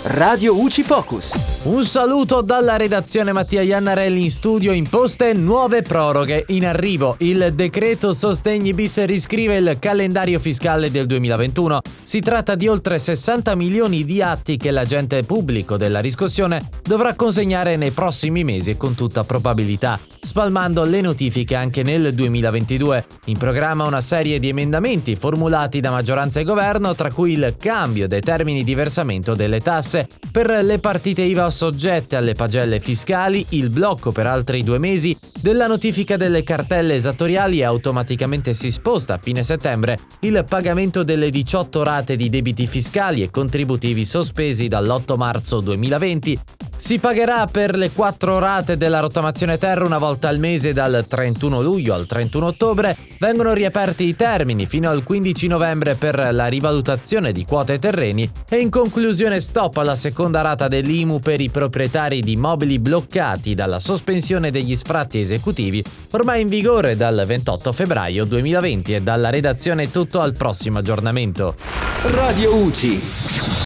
Radio UCI Focus. Un saluto dalla redazione Mattia Iannarelli in studio. Imposte nuove proroghe in arrivo. Il decreto Sostegni bis riscrive il calendario fiscale del 2021. Si tratta di oltre 60 milioni di atti che l'agente pubblico della riscossione dovrà consegnare nei prossimi mesi con tutta probabilità, spalmando le notifiche anche nel 2022. In programma una serie di emendamenti formulati da maggioranza e governo, tra cui il cambio dei termini di versamento delle tasse per le partite IVA soggette alle pagelle fiscali, il blocco per altri 2 mesi della notifica delle cartelle esattoriali e automaticamente si sposta a fine settembre il pagamento delle 18 rate di debiti fiscali e contributivi sospesi dall'8 marzo 2020. Si pagherà per le 4 rate della rottamazione ter una volta al mese dal 31 luglio al 31 ottobre. Vengono riaperti i termini fino al 15 novembre per la rivalutazione di quote e terreni e in conclusione stop alla seconda rata dell'IMU per i proprietari di immobili bloccati dalla sospensione degli sfratti esecutivi ormai in vigore dal 28 febbraio 2020. E dalla redazione è tutto, al prossimo aggiornamento. Radio UCI.